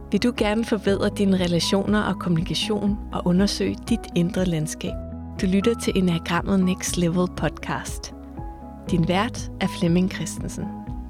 Vil du gerne forbedre dine relationer og kommunikation og undersøge dit indre landskab? Du lytter til Enneagrammet Next Level podcast. Din vært er Flemming Christensen.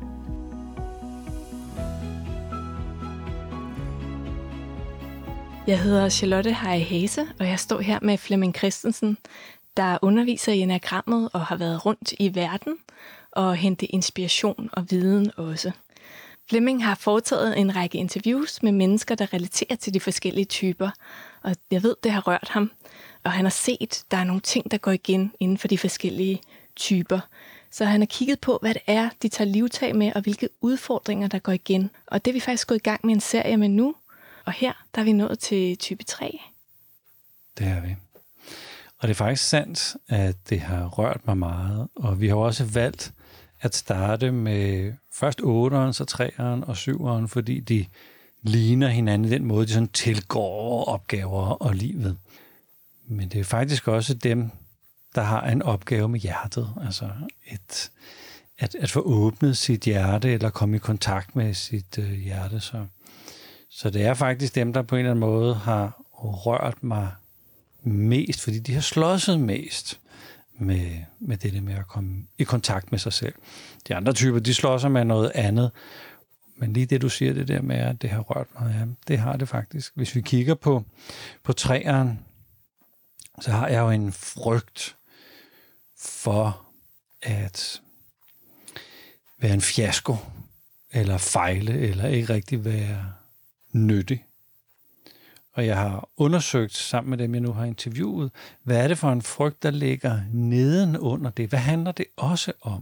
Jeg hedder Charlotte Heje Hase, og jeg står her med Flemming Christensen, der underviser i Enneagrammet og har været rundt i verden og hentet inspiration og viden også. Flemming har foretaget en række interviews med mennesker, der relaterer til de forskellige typer, og jeg ved, det har rørt ham. Og han har set, at der er nogle ting, der går igen inden for de forskellige typer. Så han har kigget på, hvad det er, de tager livtag med, og hvilke udfordringer, der går igen. Og det er vi faktisk gået i gang med en serie med nu. Og her, der er vi nået til type 3. Det er vi. Og det er faktisk sandt, at det har rørt mig meget. Og vi har også valgt at starte med først 8'eren, så 3'eren og 7'eren, fordi de ligner hinanden i den måde, de sådan tilgår opgaver og livet. Men det er faktisk også dem, der har en opgave med hjertet. Altså at få åbnet sit hjerte, eller komme i kontakt med sit hjerte. Så det er faktisk dem, der på en eller anden måde har rørt mig mest, fordi de har slåsset mest med det der med at komme i kontakt med sig selv. De andre typer, de slår sig med noget andet. Men lige det, du siger, det der med, at det har rørt mig, ja, det har det faktisk. Hvis vi kigger på 3'eren, så har jeg jo en frygt for at være en fiasko, eller fejle, eller ikke rigtig være nyttig. Og jeg har undersøgt sammen med dem, jeg nu har interviewet, hvad er det for en frygt, der ligger nedenunder det? Hvad handler det også om?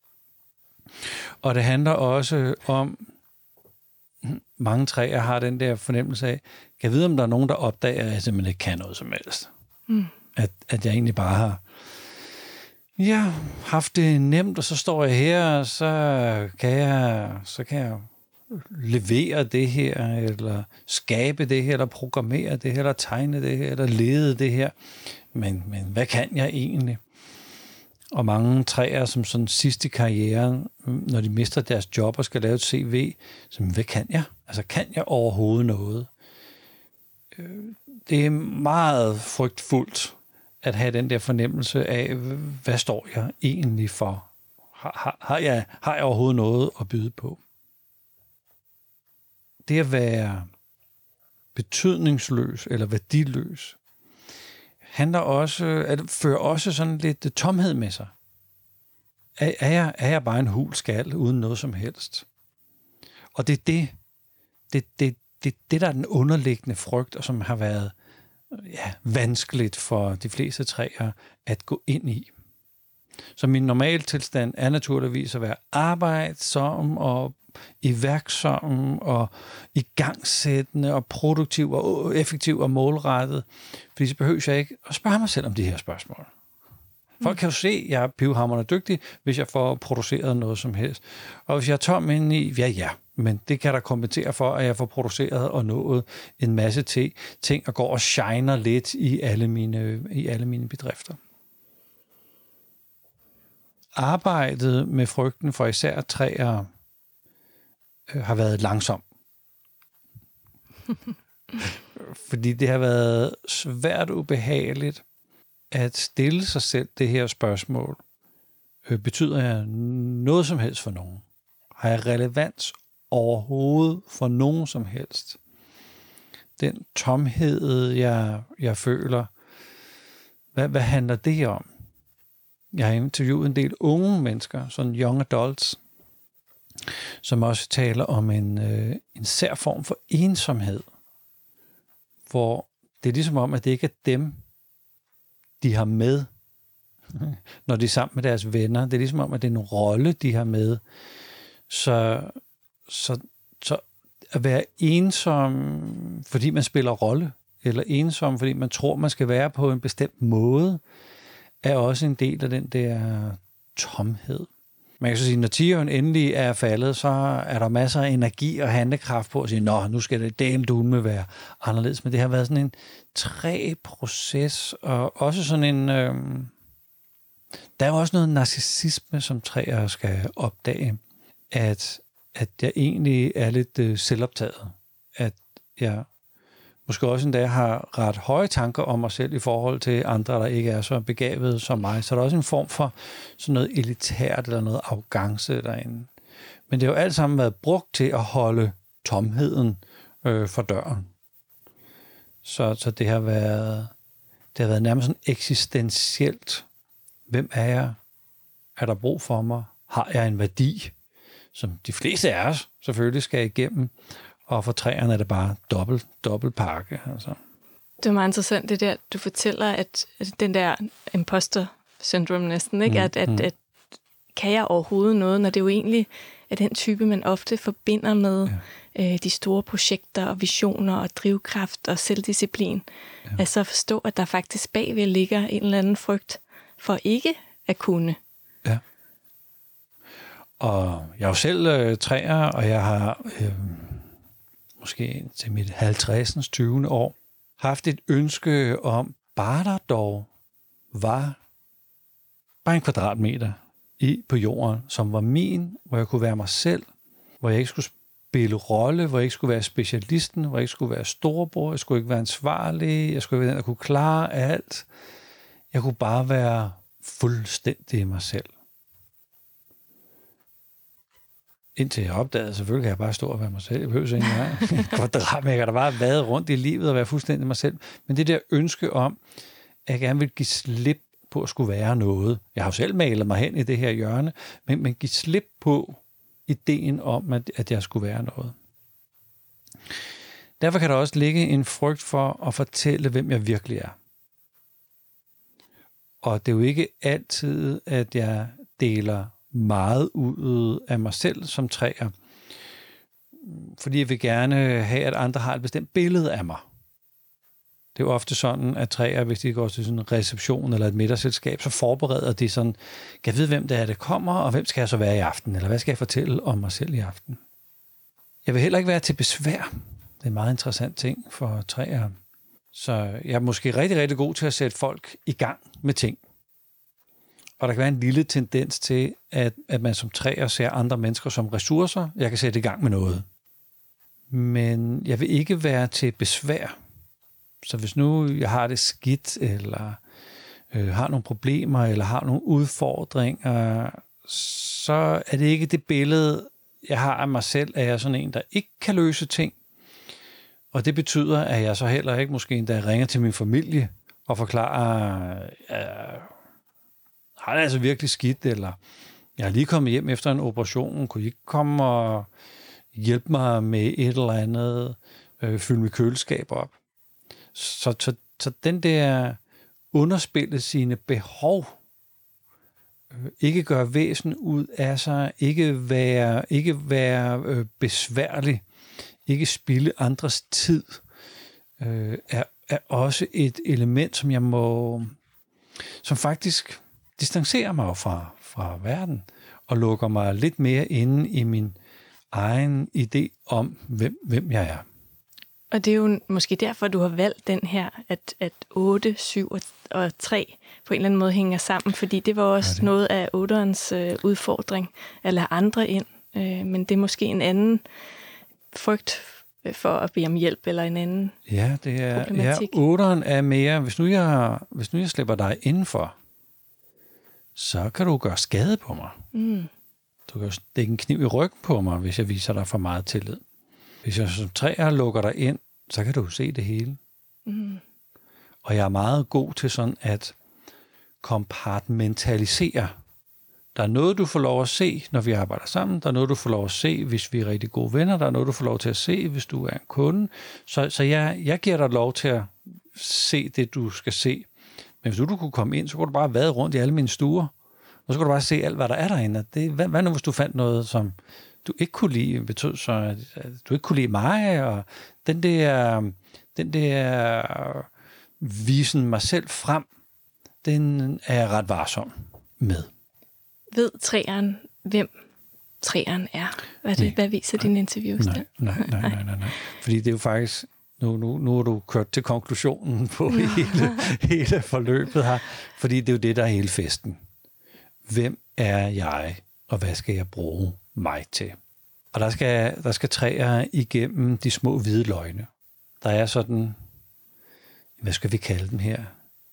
Og det handler også om, mange træer har den der fornemmelse af, kan jeg vide, om der er nogen, der opdager, at jeg simpelthen ikke kan noget som helst. At jeg egentlig bare har haft det nemt, og så står jeg her, og så kan jeg levere det her, eller skabe det her, eller programmere det her, eller tegne det her, eller lede det her. Men hvad kan jeg egentlig? Og mange træer, som sådan sidst i karrieren, når de mister deres job og skal lave et CV, så hvad kan jeg? Altså, kan jeg overhovedet noget? Det er meget frygtfuldt at have den der fornemmelse af, hvad står jeg egentlig for? Har jeg overhovedet noget at byde på? Det at være betydningsløs eller værdiløs handler også, at fører også sådan lidt tomhed med sig. Er jeg bare en hul skal uden noget som helst? Og det er det der er den underliggende frygt, og som har været vanskeligt for de fleste træer at gå ind i. Så min normaltilstand er naturligvis at være arbejdsom og iværksom og igangsættende og produktiv og effektiv og målrettet. Fordi så behøver jeg ikke at spørge mig selv om de her spørgsmål. Folk kan jo se, at jeg er pivhamrende dygtig, hvis jeg får produceret noget som helst. Og hvis jeg er tom indeni, men det kan der kompensere for, at jeg får produceret og nået en masse ting og går og shiner lidt i alle mine bedrifter. Arbejdet med frygten for især træer har været langsom. Fordi det har været svært ubehageligt at stille sig selv det her spørgsmål. Betyder jeg noget som helst for nogen? Har jeg relevans overhovedet for nogen som helst? Den tomhed, jeg føler, hvad handler det om? Jeg har interviewet en del unge mennesker, sådan young adults, som også taler om en sær form for ensomhed, hvor det er ligesom om, at det ikke er dem, de har med, når de er sammen med deres venner. Det er ligesom om, at det er en rolle, de har med. Så at være ensom, fordi man spiller rolle, eller ensom, fordi man tror, man skal være på en bestemt måde, er også en del af den der tomhed. Man kan så sige, når tigeren endelig er faldet, så er der masser af energi og handlekraft på at sige, nu skal det dele være anderledes. Men det har været sådan en træg proces, og også sådan en... der er jo også noget narcissisme, som træer skal opdage, at jeg egentlig er lidt selvoptaget. jeg måske også endda har ret høje tanker om mig selv i forhold til andre, der ikke er så begavede som mig. Så er der også en form for sådan noget elitært eller noget arrogance derinde. Men det har jo alt sammen været brugt til at holde tomheden for døren. Så det har været nærmest sådan eksistentielt. Hvem er jeg? Er der brug for mig? Har jeg en værdi, som de fleste af os selvfølgelig skal igennem? Og for træerne er det bare dobbelt pakke. Altså. Det er meget interessant det der, du fortæller, at den der imposter syndrome næsten, ikke? At kan jeg overhovedet noget, når det jo egentlig er den type, man ofte forbinder med de store projekter og visioner og drivkraft og selvdisciplin. Ja. Altså at forstå, at der faktisk bagved ligger en eller anden frygt for ikke at kunne. Ja. Og jeg er jo selv træer, og jeg har måske til mit 50. 20. år haft et ønske om, bare der dog var bare en kvadratmeter på jorden, som var min, hvor jeg kunne være mig selv, hvor jeg ikke skulle spille rolle, hvor jeg ikke skulle være specialisten, hvor jeg ikke skulle være storebror, jeg skulle ikke være ansvarlig, jeg skulle være den, der kunne klare alt. Jeg kunne bare være fuldstændig mig selv. Indtil jeg opdagede, selvfølgelig kan jeg bare stå og være mig selv. Jeg behøver ikke engang kvadratmeter. Jeg kan da bare vade rundt i livet og være fuldstændig mig selv. Men det der ønske om, at jeg gerne vil give slip på at skulle være noget. Jeg har jo selv malet mig hen i det her hjørne, men give slip på ideen om, at jeg skulle være noget. Derfor kan der også ligge en frygt for at fortælle, hvem jeg virkelig er. Og det er jo ikke altid, at jeg deler meget ud af mig selv som træer, fordi jeg vil gerne have, at andre har et bestemt billede af mig. Det er jo ofte sådan, at træer, hvis de går til sådan en reception eller et middagsselskab, så forbereder de sådan, kan jeg vide, hvem det er, der kommer, og hvem skal jeg så være i aften, eller hvad skal jeg fortælle om mig selv i aften? Jeg vil heller ikke være til besvær. Det er en meget interessant ting for træer. Så jeg er måske rigtig, rigtig god til at sætte folk i gang med ting. Og der kan være en lille tendens til, at man som træer ser andre mennesker som ressourcer. Jeg kan sætte i gang med noget. Men jeg vil ikke være til besvær. Så hvis nu jeg har det skidt, eller har nogle problemer, eller har nogle udfordringer, så er det ikke det billede, jeg har af mig selv, at jeg er sådan en, der ikke kan løse ting. Og det betyder, at jeg så heller ikke måske endda ringer til min familie og forklarer, har det altså virkelig skidt, eller jeg er lige kommet hjem efter en operation, kunne I ikke komme og hjælpe mig med et eller andet, fylde mit køleskab op. Så den der underspille sine behov, ikke gøre væsen ud af sig, ikke være besværlig, ikke spilde andres tid, er også et element, som faktisk distancerer mig fra verden, og lukker mig lidt mere inde i min egen idé om, hvem jeg er. Og det er jo måske derfor, du har valgt den her, at 8, 7 og 3 på en eller anden måde hænger sammen, fordi det var også noget af 8'erens udfordring, at lade andre ind. Men det er måske en anden frygt for at bede om hjælp, eller en anden problematik. Ja, 8'eren er mere, hvis nu jeg slipper dig indenfor, så kan du gøre skade på mig. Mm. Du kan stikke en kniv i ryggen på mig, hvis jeg viser dig for meget tillid. Hvis jeg som træer lukker dig ind, så kan du se det hele. Mm. Og jeg er meget god til sådan at kompartmentalisere. Der er noget, du får lov at se, når vi arbejder sammen. Der er noget, du får lov at se, hvis vi er rigtig gode venner. Der er noget, du får lov til at se, hvis du er en kunde. Så jeg giver dig lov til at se det, du skal se. Men hvis du kunne komme ind, så kunne du bare vade rundt i alle mine stuer. Og så kunne du bare se alt, hvad der er derinde. Hvad nu, hvis du fandt noget, som du ikke kunne lide, betød så, at du ikke kunne lide mig, og den der visen mig selv frem, den er jeg ret varsom med. Ved træeren, hvem træeren er? Hvad viser dine interviews der? Nej. Fordi det er jo faktisk, nu er du kørt til konklusionen på hele forløbet her, fordi det er jo det, der er hele festen. Hvem er jeg, og hvad skal jeg bruge mig til? Og der skal træer igennem de små hvide løgne. Der er sådan, hvad skal vi kalde dem her?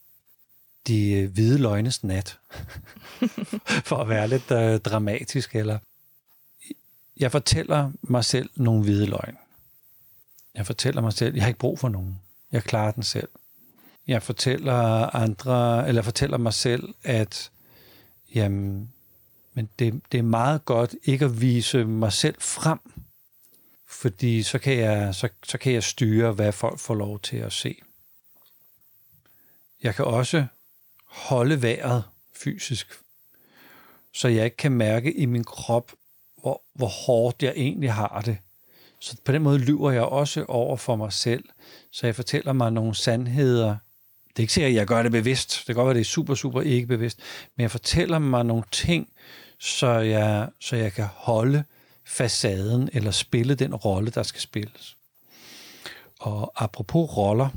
De hvide løgnes nat. For at være lidt dramatisk. Eller jeg fortæller mig selv nogle hvide løgn. Jeg fortæller mig selv, jeg har ikke brug for nogen. Jeg klarer den selv. Jeg fortæller mig selv, at jamen, men det er meget godt ikke at vise mig selv frem, fordi så kan jeg styre, hvad folk får lov til at se. Jeg kan også holde vejret fysisk, så jeg ikke kan mærke i min krop, hvor hårdt jeg egentlig har det. Så på den måde lyver jeg også over for mig selv, så jeg fortæller mig nogle sandheder. Det er ikke sikkert, at jeg gør det bevidst. Det kan godt være, det er super, super ikke bevidst. Men jeg fortæller mig nogle ting, så jeg kan holde facaden eller spille den rolle, der skal spilles. Og apropos roller,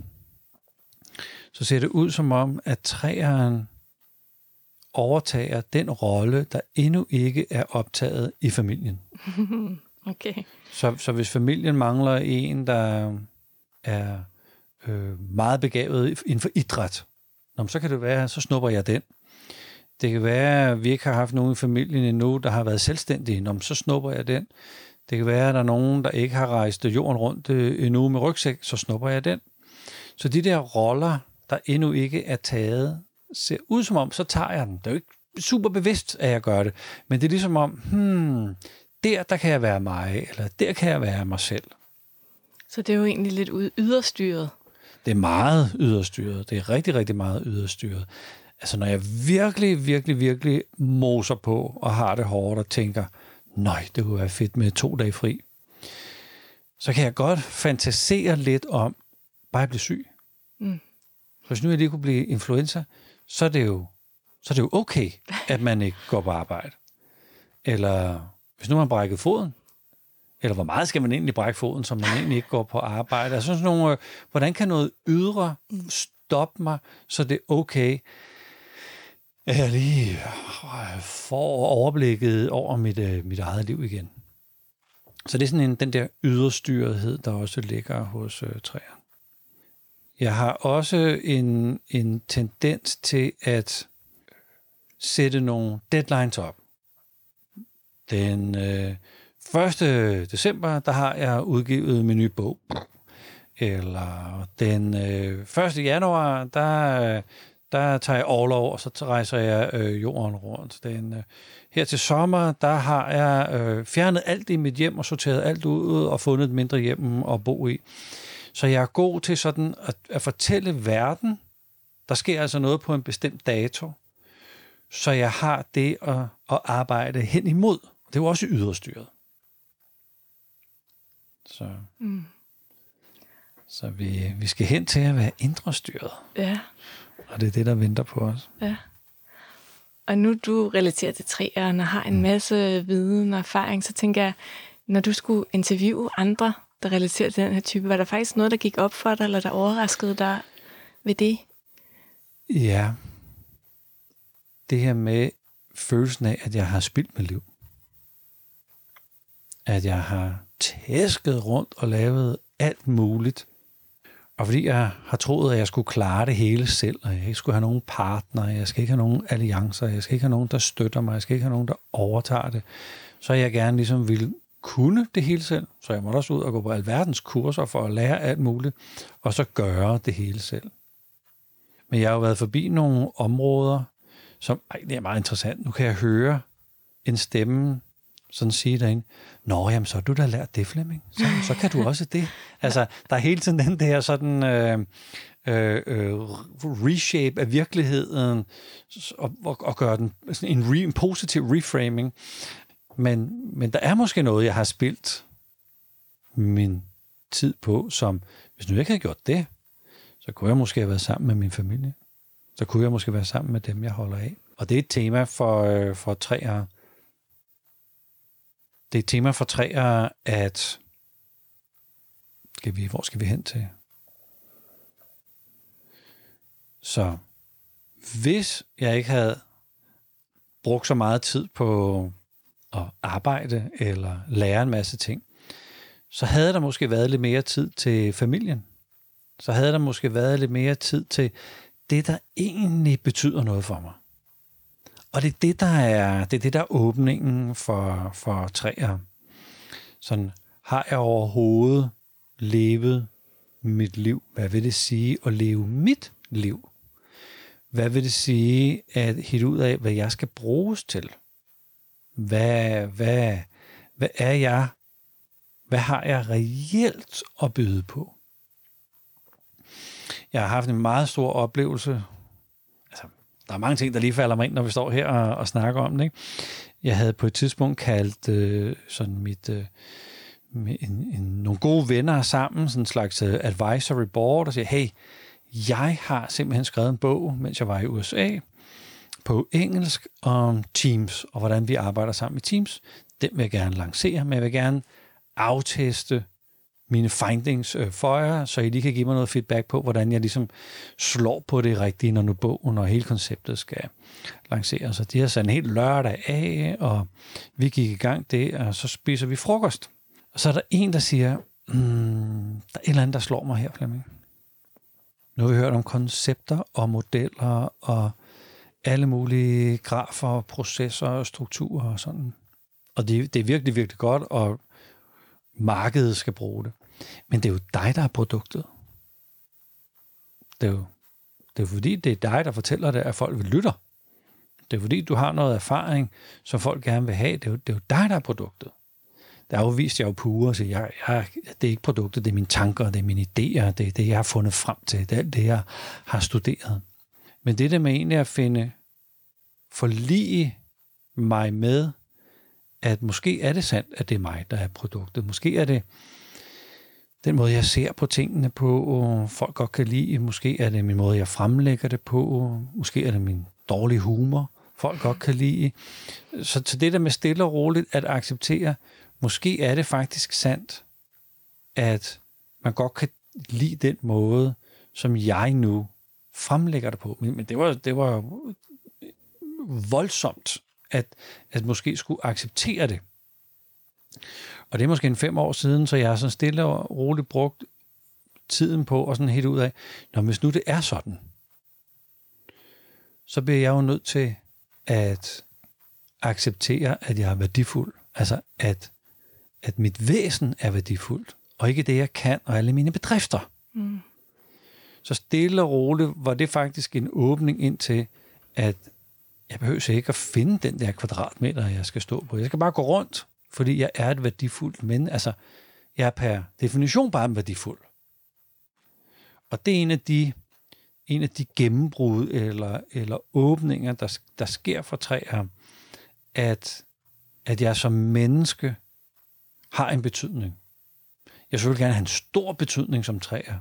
så ser det ud som om, at træeren overtager den rolle, der endnu ikke er optaget i familien. Okay. Så hvis familien mangler en, der er meget begavet inden for idræt, så kan det være, så snupper jeg den. Det kan være, at vi ikke har haft nogen i familien endnu, der har været selvstændige, så snupper jeg den. Det kan være, at der er nogen, der ikke har rejst jorden rundt endnu med rygsæk, så snupper jeg den. Så de der roller, der endnu ikke er taget, ser ud som om, så tager jeg den. Det er jo ikke super bevidst, at jeg gør det, men det er ligesom om, der kan jeg være mig, eller der kan jeg være mig selv. Så det er jo egentlig lidt yderstyret. Det er meget yderstyret. Det er rigtig, rigtig meget yderstyret. Altså når jeg virkelig, virkelig, virkelig moser på og har det hårdt og tænker, nej, det kunne være fedt med 2 dage fri, så kan jeg godt fantasere lidt om, bare at blive syg. Så hvis nu jeg lige kunne blive influenza, så er det jo okay, at man ikke går på arbejde. Eller hvis nu man brækket foden, eller hvor meget skal man egentlig brække foden, så man egentlig ikke går på arbejde. Altså sådan nogle, hvordan kan noget ydre stoppe mig, så det er okay, at jeg lige får overblikket over mit eget liv igen. Så det er sådan den der yderstyrethed, der også ligger hos træerne. Jeg har også en tendens til at sætte nogle deadlines op. Den 1. december, der har jeg udgivet min nye bog. Eller den 1. januar, der tager jeg orlov, og så rejser jeg jorden rundt. Her til sommer, der har jeg fjernet alt i mit hjem og sorteret alt ud og fundet et mindre hjem at bo i. Så jeg er god til sådan at fortælle verden, der sker altså noget på en bestemt dato, så jeg har det at arbejde hen imod. Det er jo også yderstyret. Så vi skal hen til at være indre styret. Ja. Og det er det, der venter på os. Ja. Og nu du relaterer til træerne og har en masse viden og erfaring, så tænker jeg, når du skulle interviewe andre, der relaterer til den her type, var der faktisk noget, der gik op for dig, eller der overraskede dig ved det? Ja. Det her med følelsen af, at jeg har spildt mit liv. At jeg har tæsket rundt og lavet alt muligt. Og fordi jeg har troet, at jeg skulle klare det hele selv, og jeg ikke skulle have nogen partner, jeg skal ikke have nogen alliancer, jeg skal ikke have nogen, der støtter mig, jeg skal ikke have nogen, der overtager det, så jeg gerne ligesom ville kunne det hele selv. Så jeg måtte også ud og gå på alverdens kurser for at lære alt muligt, og så gøre det hele selv. Men jeg har jo været forbi nogle områder, som det er meget interessant. Nu kan jeg høre en stemme sådan sige derinde, nå, jamen, så har du da lært det, Flemming. Så kan du også det. Altså, der er hele tiden den der sådan reshape af virkeligheden, og gøre den sådan en positiv reframing. Men der er måske noget, jeg har spildt min tid på, som hvis nu jeg ikke havde gjort det, så kunne jeg måske have været sammen med min familie. Så kunne jeg måske være sammen med dem, jeg holder af. Og det er et tema for træer. Det er et tema for træer, at hvor skal vi hen til? Så hvis jeg ikke havde brugt så meget tid på at arbejde eller lære en masse ting, så havde der måske været lidt mere tid til familien. så havde der måske været lidt mere tid til det, der egentlig betyder noget for mig. Og det er det, der er åbningen for træer. Sådan, har jeg overhovedet levet mit liv? Hvad vil det sige at leve mit liv? Hvad vil det sige at hitte ud af, hvad jeg skal bruges til? Hvad er jeg? Hvad har jeg reelt at byde på? Jeg har haft en meget stor oplevelse. Altså, der er mange ting, der lige falder mig ind, når vi står her og snakker om det. Ikke? Jeg havde på et tidspunkt kaldt sådan nogle gode venner sammen, sådan en slags advisory board, og siger, hey, jeg har simpelthen skrevet en bog, mens jeg var i USA, på engelsk om Teams, og hvordan vi arbejder sammen i Teams. Den vil jeg gerne lancere, men jeg vil gerne afteste mine findings for jer, så I lige kan give mig noget feedback på, hvordan jeg ligesom slår på det rigtige, når nu bogen og hele konceptet skal lanceres. Så de har sat en helt lørdag af, og vi gik i gang det, og så spiser vi frokost. Og så er der en, der siger, der er et eller andet, der slår mig her, Flemming. Nu har vi hørt om koncepter og modeller og alle mulige grafer, processer og strukturer og sådan. Og det er virkelig, virkelig godt, og markedet skal bruge det. Men det er jo dig, der er produktet. Det er jo fordi, det er dig, der fortæller det, at folk vil lytte. Det er fordi, du har noget erfaring, som folk gerne vil have. Det er jo dig, der er produktet. Der er jo vist, jeg jo på uger og siger, det er ikke produktet, det er mine tanker, det er mine idéer, det er det, jeg har fundet frem til, det er alt det, jeg har studeret. Men det der med egentlig at forlige mig med, at måske er det sandt, at det er mig, der er produktet. Måske er det den måde, jeg ser på tingene på, og folk godt kan lide. Måske er det min måde, jeg fremlægger det på. Måske er det min dårlige humor, folk godt kan lide. Så det der med stille og roligt at acceptere, måske er det faktisk sandt, at man godt kan lide den måde, som jeg nu fremlægger det på. Men det var voldsomt, at måske skulle acceptere det. Og det er måske 5 år siden, så jeg har sådan stille og roligt brugt tiden på og sådan helt ud af, hvis nu det er sådan, så bliver jeg jo nødt til at acceptere, at jeg er værdifuld. Altså, at mit væsen er værdifuldt, og ikke det, jeg kan, og alle mine bedrifter. Mm. Så stille og roligt var det faktisk en åbning ind til, at jeg behøver ikke at finde den der kvadratmeter, jeg skal stå på. Jeg skal bare gå rundt, fordi jeg er et værdifuldt menneske. Altså, jeg er per definition bare en værdifuld. Og det er en af de gennembrud eller åbninger, der sker for træer, at jeg som menneske har en betydning. Jeg skulle gerne have en stor betydning som træer.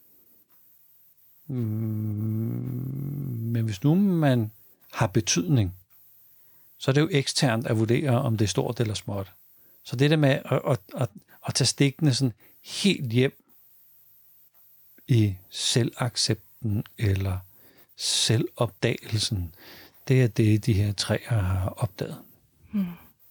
Men hvis nu man har betydning, så er det jo eksternt at vurdere, om det er stort eller småt. Så det der med at tage stikkene sådan helt hjem i selvaccepten eller selvopdagelsen, det er det, de her træer har opdaget. Hmm.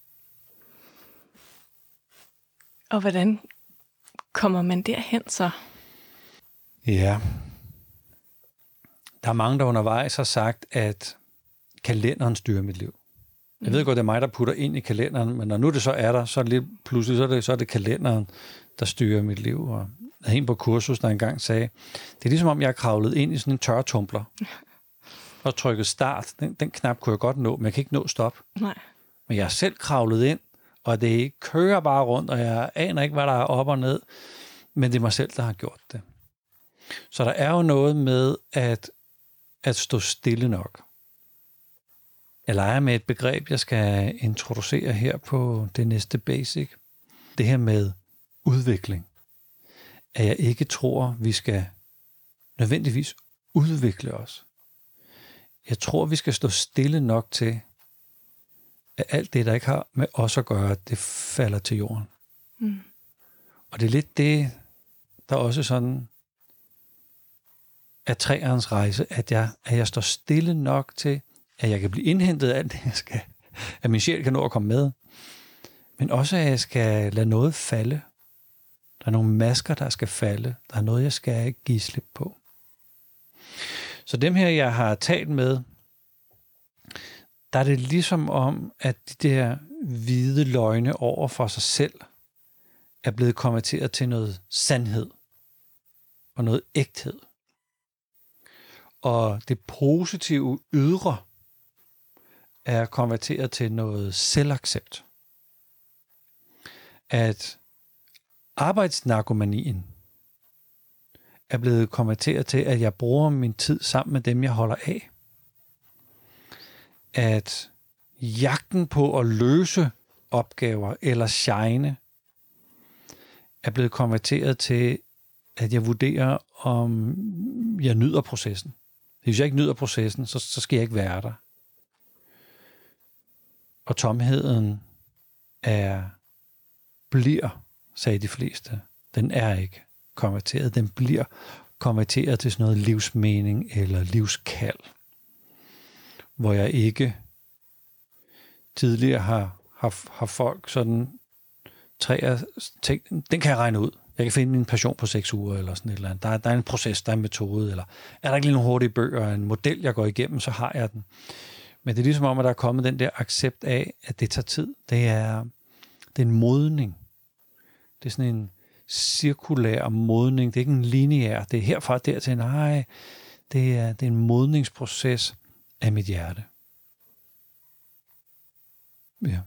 Og hvordan kommer man derhen så? Ja. Der er mange, der undervejs har sagt, at kalenderen styrer mit liv. Jeg ved godt, det er mig, der putter ind i kalenderen, men når nu det så er der, så er det lidt pludselig, så er det kalenderen, der styrer mit liv. Og der er en på kursus, der engang sagde, det er ligesom om, jeg er kravlet ind i sådan en tørretumbler og trykket start. Den knap kunne jeg godt nå, men jeg kan ikke nå stop. Nej. Men jeg er selv kravlet ind, og det kører bare rundt, og jeg aner ikke, hvad der er op og ned, men det er mig selv, der har gjort det. Så der er jo noget med at stå stille nok. Jeg leger med et begreb, jeg skal introducere her på det næste basic. Det her med udvikling. At jeg ikke tror, vi skal nødvendigvis udvikle os. Jeg tror, vi skal stå stille nok til, at alt det, der ikke har med os at gøre, det falder til jorden. Mm. Og det er lidt det, der også sådan er træernes rejse, at jeg står stille nok til, at jeg kan blive indhentet af alt det, jeg skal, at min sjæl kan nå at komme med, men også, at jeg skal lade noget falde. Der er nogle masker, der skal falde. Der er noget, jeg skal give slip på. Så dem her, jeg har talt med, der er det ligesom om, at de der hvide løgne over for sig selv er blevet konverteret til noget sandhed og noget ægthed. Og det positive ydre er konverteret til noget selvaccept. At arbejdsnarkomanien er blevet konverteret til, at jeg bruger min tid sammen med dem, jeg holder af. At jagten på at løse opgaver eller shine er blevet konverteret til, at jeg vurderer, om jeg nyder processen. Hvis jeg ikke nyder processen, så skal jeg ikke være der. Og tomheden bliver, sagde de fleste, den er ikke konverteret. Den bliver konverteret til sådan noget livsmening eller livskald, hvor jeg ikke tidligere har folk sådan tænkt, den kan jeg regne ud. Jeg kan finde min passion på 6 uger, eller sådan et eller andet. Der er en proces, der er en metode, eller er der ikke lige nogle hurtige bøger, en model, jeg går igennem, så har jeg den. Men det er ligesom om, at der er kommet den der accept af, at det tager tid. Det er en modning. Det er sådan en cirkulær modning. Det er ikke en lineær. Det er herfra og dertil. Nej, det er en modningsproces af mit hjerte. Ja.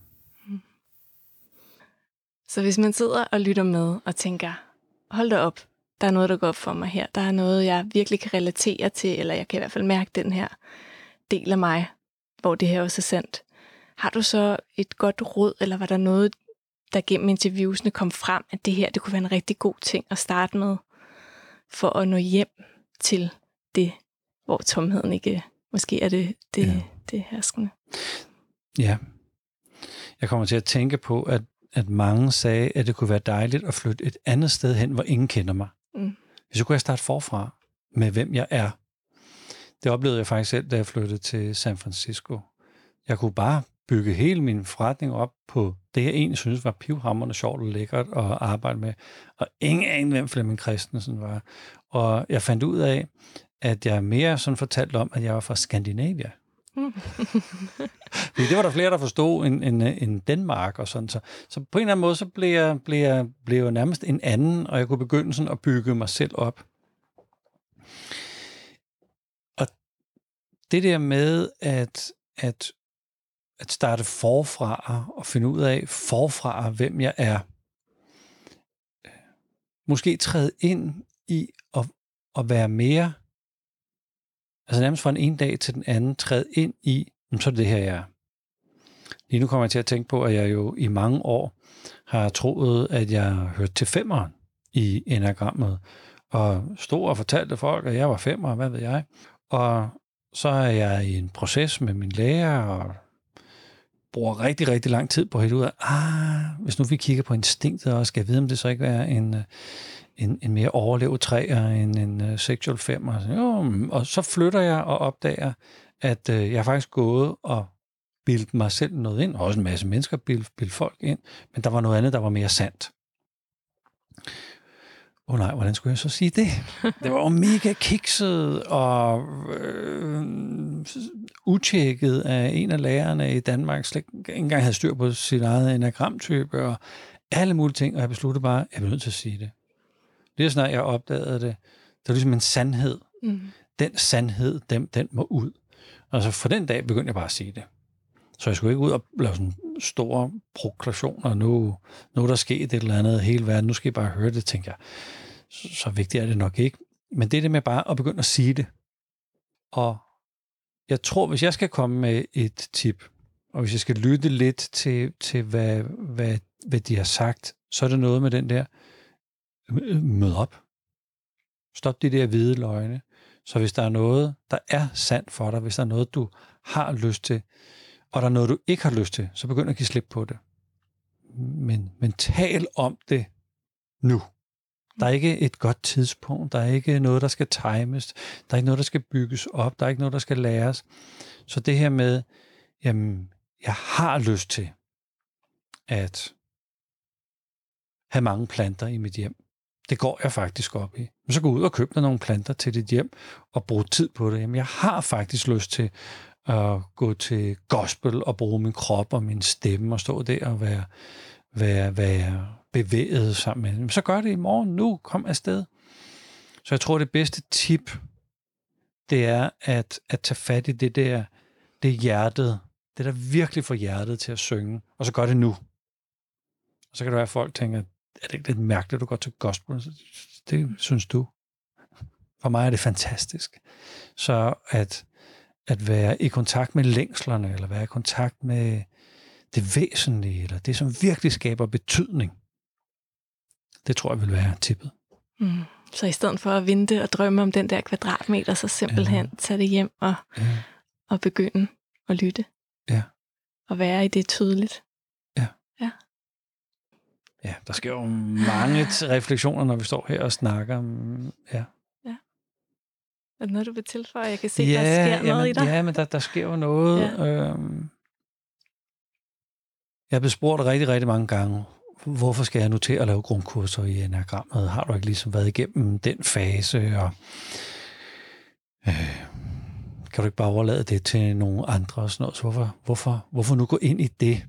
Så hvis man sidder og lytter med og tænker, hold da op, der er noget, der går op for mig her. Der er noget, jeg virkelig kan relatere til, eller jeg kan i hvert fald mærke den her del af mig, hvor det her også er sandt. Har du så et godt råd, eller var der noget, der gennem interviewsene kom frem, at det her, det kunne være en rigtig god ting at starte med, for at nå hjem til det, hvor tomheden ikke måske er det herskende? Ja. Jeg kommer til at tænke på, at mange sagde, at det kunne være dejligt at flytte et andet sted hen, hvor ingen kender mig. Hvis så kunne jeg starte forfra med, hvem jeg er. Det oplevede jeg faktisk selv, da jeg flyttede til San Francisco. Jeg kunne bare bygge hele min forretning op på det, jeg egentlig synes var pivhamrende sjovt og lækkert at arbejde med. Og ingen anede, hvem Flemming Christensen var. Og jeg fandt ud af, at jeg mere sådan fortalte om, at jeg var fra Skandinavia. Det var der flere, der forstod end Danmark og sådan. Så på en eller anden måde, så blev jeg nærmest en anden, og jeg kunne begynde sådan at bygge mig selv op. Og det der med at starte forfra og finde ud af forfra, hvem jeg er. Måske træde ind i at være mere, altså nærmest fra en ene dag til den anden, træde ind i, så er det her, jeg er. Lige nu kommer jeg til at tænke på, at jeg jo i mange år har troet, at jeg hørte til 5'eren i enagrammet, og stod og fortalte folk, at jeg var 5'er, hvad ved jeg. Og så er jeg i en proces med min lærer, og bruger rigtig, rigtig lang tid på at hælde ud af, hvis nu vi kigger på instinktet og skal vide, om det så ikke er en mere overlevet træer end en sexual 5'er. Og så flytter jeg og opdager, at jeg har faktisk gået og bildet mig selv noget ind, og også en masse mennesker bildet folk ind, men der var noget andet, der var mere sandt. Nej, hvordan skulle jeg så sige det? Det var jo mega kikset og utjekket af en af lærerne i Danmark, slet ikke engang havde styr på sit eget enagramtype og alle mulige ting, og jeg besluttede bare, at jeg blev nødt til at sige det. Det er snart, jeg opdagede det. Det var ligesom en sandhed. Den sandhed, den må ud. Og så for den dag begyndte jeg bare at sige det. Så jeg skulle ikke ud og lave sådan store proklationer, nu er der sket et eller andet hele verden, nu skal I bare høre det, tænker jeg. Så vigtigt er det nok ikke. Men det er det med bare at begynde at sige det. Og jeg tror, hvis jeg skal komme med et tip, og hvis jeg skal lytte lidt til hvad de har sagt, så er det noget med den der, mød op. Stop de der hvide løgne. Så hvis der er noget, der er sandt for dig, hvis der er noget, du har lyst til, og der er noget, du ikke har lyst til, så begynd at give slip på det. Men tal om det nu. Der er ikke et godt tidspunkt. Der er ikke noget, der skal times. Der er ikke noget, der skal bygges op. Der er ikke noget, der skal læres. Så det her med, jamen, jeg har lyst til at have mange planter i mit hjem. Det går jeg faktisk op i. Men så gå ud og købe dig nogle planter til dit hjem og bruge tid på det. Jamen, jeg har faktisk lyst til at gå til gospel og bruge min krop og min stemme og stå der og være bevæget sammen med dem. Så gør det i morgen, nu, kom afsted. Så jeg tror, det bedste tip, det er at tage fat i det der, det hjertet, det der virkelig får hjertet til at synge, og så gør det nu. Og så kan det være, at folk tænker, er det ikke lidt mærkeligt, at du går til gospel? Det synes du. For mig er det fantastisk. Så at være i kontakt med længslerne, eller være i kontakt med det væsentlige, eller det, som virkelig skaber betydning, det tror jeg vil være tippet. Så i stedet for at vente og drømme om den der kvadratmeter, så simpelthen tage det hjem og begynde at lytte. Ja. Og være i det tydeligt. Ja, der sker jo mange refleksioner, når vi står her og snakker. Ja. Er det noget, du vil tilføje? Jeg kan se, der sker noget i dig. Ja, men der sker jo noget. Ja. Jeg er blevet spurgt rigtig, rigtig mange gange, hvorfor skal jeg nu til at lave grundkurser i enagrammet? Har du ikke ligesom været igennem den fase? Og kan du ikke bare overlade det til nogle andre? Og sådan noget? Så hvorfor nu gå ind i det?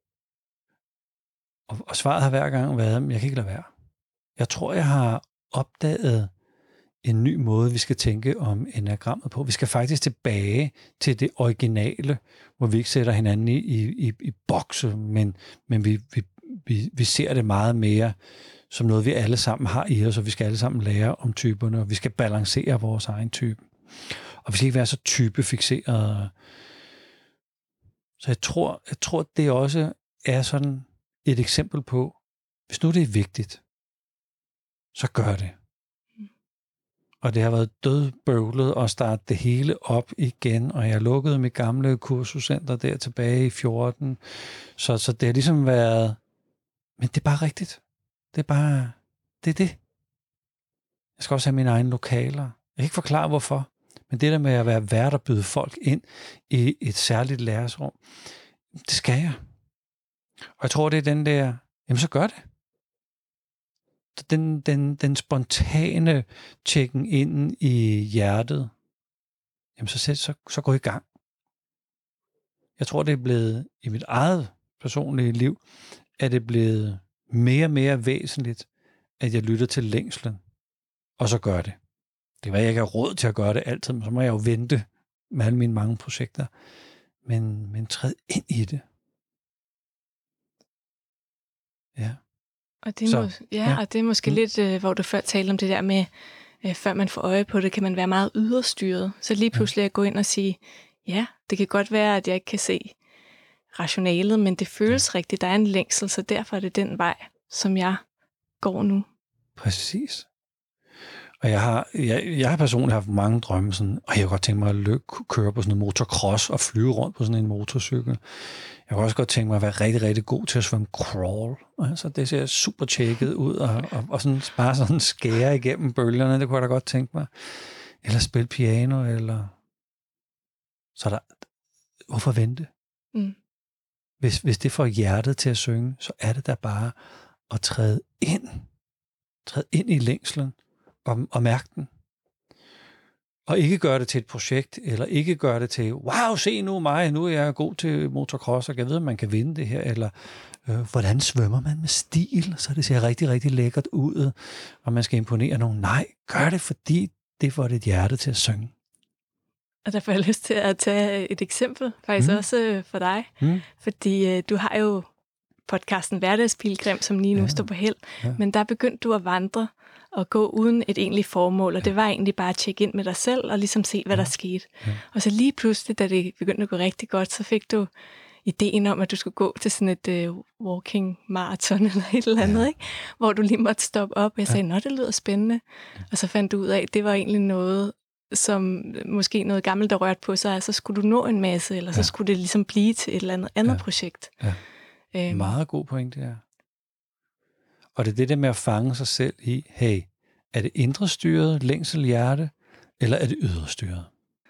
Og svaret har hver gang været, at jeg kan ikke lade være. Jeg tror, jeg har opdaget en ny måde, vi skal tænke om enagrammet på. Vi skal faktisk tilbage til det originale, hvor vi ikke sætter hinanden i bokse, men vi ser det meget mere som noget, vi alle sammen har i os, og vi skal alle sammen lære om typerne, og vi skal balancere vores egen type. Og vi skal ikke være så typefixerede. Så jeg tror, det også er sådan et eksempel på, hvis nu det er vigtigt, så gør det. Og det har været dødbøvlet at starte det hele op igen, og jeg lukkede mit gamle kursuscenter der tilbage i 14. Så det har ligesom været, men det er bare rigtigt. Det er det. Jeg skal også have mine egne lokaler. Jeg kan ikke forklare hvorfor, men det der med at være vært og byde folk ind i et særligt lærersrum, det skal jeg. Og jeg tror, det er den der, jamen så gør det. Den spontane tjekken ind i hjertet, jamen så gå i gang. Jeg tror, det er blevet, i mit eget personlige liv, er det blevet mere og mere væsentligt, at jeg lytter til længslen, og så gør det. Det kan være, at jeg ikke har råd til at gøre det altid, men så må jeg jo vente med alle mine mange projekter. Men træd ind i det. Ja. Og det, og det er måske lidt, hvor du før talte om det der med, før man får øje på det, kan man være meget yderstyret. Så lige pludselig at gå ind og sige, ja, det kan godt være, at jeg ikke kan se rationalet, men det føles rigtigt. Der er en længsel, så derfor er det den vej, som jeg går nu. Præcis. Og jeg har personligt haft mange drømme, sådan, og jeg kunne godt tænke mig at køre på sådan en motocross og flyve rundt på sådan en motorcykel. Jeg kunne også godt tænke mig at være rigtig, rigtig god til at svømme crawl. Altså, det ser super tjekket ud, og sådan, bare sådan skære igennem bølgerne, det kunne jeg da godt tænke mig. Eller spille piano, eller... Så der... Hvorfor vente? Hvis det får hjertet til at synge, så er det da bare at træde ind i længslen, og mærke den. Og ikke gøre det til et projekt, eller ikke gøre det til, wow, se nu mig, nu er jeg god til motocross, og jeg ved, at man kan vinde det her, eller hvordan svømmer man med stil, så det ser rigtig, rigtig lækkert ud, og man skal imponere nogen. Nej, gør det, fordi det får dit hjerte til at synge. Og der får jeg lyst til at tage et eksempel, faktisk også for dig, fordi du har jo podcasten Hverdagspilgrim, som lige nu står på held, men der begyndte du at vandre og gå uden et egentligt formål, og det var egentlig bare at tjekke ind med dig selv og ligesom se, hvad der skete. Og så lige pludselig, da det begyndte at gå rigtig godt, så fik du ideen om, at du skulle gå til sådan et walking marathon eller et eller andet, ikke? Hvor du lige måtte stoppe op, og jeg sagde, nå, det lyder spændende. Og så fandt du ud af, at det var egentlig noget, som måske noget gammelt, der rørte på sig, så skulle du nå en masse, eller så skulle det ligesom blive til et eller andet projekt. Ja. Meget god pointe, ja. Og det er det der med at fange sig selv i, hey, er det indre styret, længsel, hjerte, eller er det ydre styret?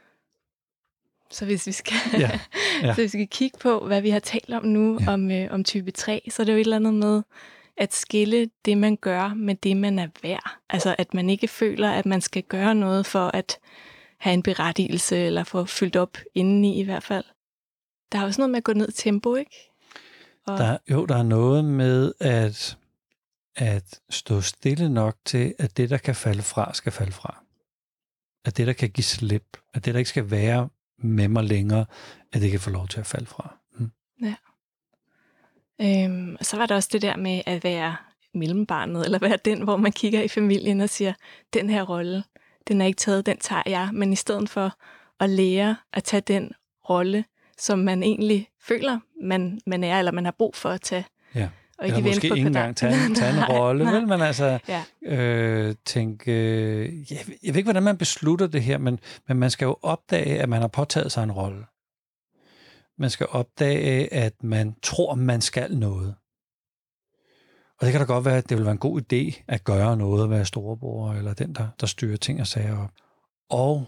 Så hvis vi skal, så hvis vi skal kigge på, hvad vi har talt om nu, om type 3, så er det jo et eller andet med, at skille det, man gør, med det, man er værd. Altså, at man ikke føler, at man skal gøre noget for at have en berettigelse, eller få fyldt op indeni i hvert fald. Der er også noget med at gå ned i tempo, ikke? Der er noget med at stå stille nok til, at det, der kan falde fra, skal falde fra. At det, der kan give slip, at det, der ikke skal være med mig længere, at det kan få lov til at falde fra. Ja. Og så var der også det der med at være mellembarnet, eller være den, hvor man kigger i familien og siger, den her rolle, den er ikke taget, den tager jeg. Men i stedet for at lære at tage den rolle, som man egentlig føler, man er, eller man har brug for at tage. Ja. Og ikke eller måske ikke engang tage en rolle, vel? Men altså tænke, jeg ved ikke, hvordan man beslutter det her, men man skal jo opdage, at man har påtaget sig en rolle. Man skal opdage, at man tror, man skal noget. Og det kan da godt være, at det vil være en god idé at gøre noget, at være storebror, eller den, der styrer ting og sager op. Og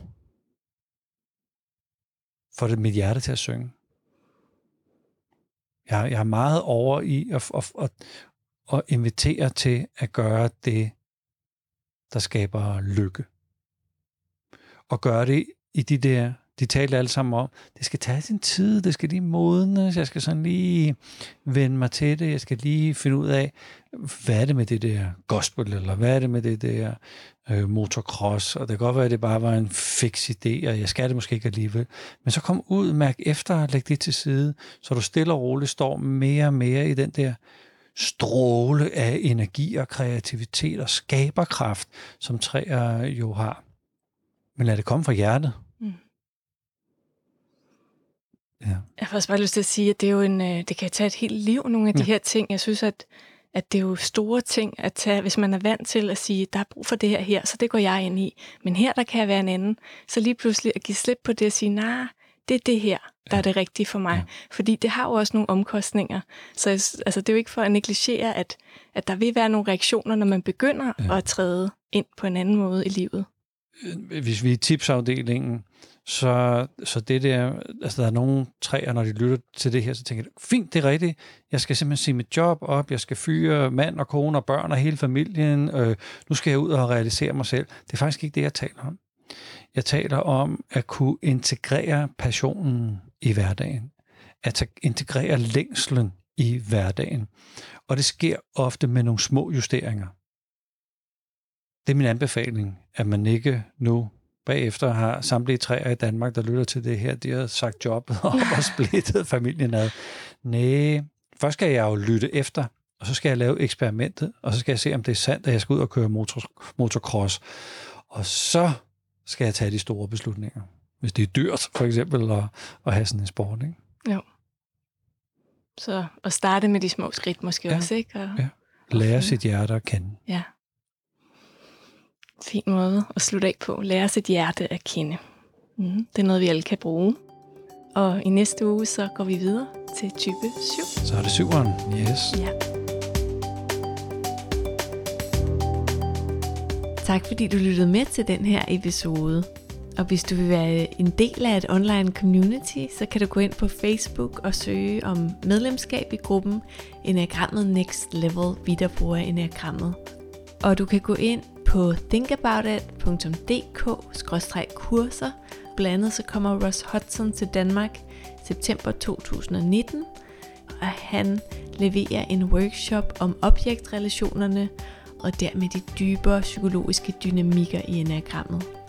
få det mit hjerte til at synge. Jeg er meget over i at invitere til at gøre det, der skaber lykke. Og gøre det i de talte alle sammen om, det skal tage sin tid, det skal lige modnes, jeg skal sådan lige vende mig til det, jeg skal lige finde ud af, hvad er det med det der gospel, eller hvad er det med det der motocross, og det kan godt være, at det bare var en fix idé, og jeg skal det måske ikke alligevel. Men så kom ud, mærk efter, læg det til side, så du stille og roligt står mere og mere i den der stråle af energi og kreativitet og skaberkraft, som træer jo har. Men lad det komme fra hjertet. Ja. Jeg får også bare lyst til at sige, at det er jo det kan tage et helt liv, nogle af de her ting. Jeg synes, at det er jo store ting at tage, hvis man er vant til at sige, der er brug for det her, så det går jeg ind i. Men her, der kan jeg være en anden. Så lige pludselig at give slip på det og sige, nej, det er det her, der er det rigtige for mig. Ja. Fordi det har jo også nogle omkostninger. Så altså, det er jo ikke for at negligere, at der vil være nogle reaktioner, når man begynder at træde ind på en anden måde i livet. Hvis vi er i tipsafdelingen, så det der, altså der er nogle træer, når de lytter til det her, så tænker jeg, fint, det er rigtigt, jeg skal simpelthen sige mit job op, jeg skal fyre mand og kone og børn og hele familien, nu skal jeg ud og realisere mig selv. Det er faktisk ikke det, jeg taler om. Jeg taler om at kunne integrere passionen i hverdagen, at integrere længslen i hverdagen, og det sker ofte med nogle små justeringer. Det er min anbefaling, at man ikke nu bagefter har samtlige træer i Danmark, der lytter til det her, de har sagt jobbet op og splittet familien ad. Næh, først skal jeg jo lytte efter, og så skal jeg lave eksperimentet, og så skal jeg se, om det er sandt, at jeg skal ud og køre motocross. Og så skal jeg tage de store beslutninger. Hvis det er dyrt, for eksempel, at have sådan en sport, ikke? Jo. Så at starte med de små skridt måske også, ikke? Og lære sit hjerte at kende. Ja. Fin måde at slutte af på. Lære sit hjerte at kende. Det er noget, vi alle kan bruge. Og i næste uge, så går vi videre til type 7. Så er det 7'eren. Yes. Ja. Tak fordi du lyttede med til den her episode. Og hvis du vil være en del af et online community, så kan du gå ind på Facebook og søge om medlemskab i gruppen Enneagrammet Next Level, vi der bruger Enneagrammet. Og du kan gå ind på thinkaboutit.dk/kurser. Blandt andet så kommer Ross Hudson til Danmark september 2019, og han leverer en workshop om objektrelationerne og dermed de dybere psykologiske dynamikker i enneagrammet.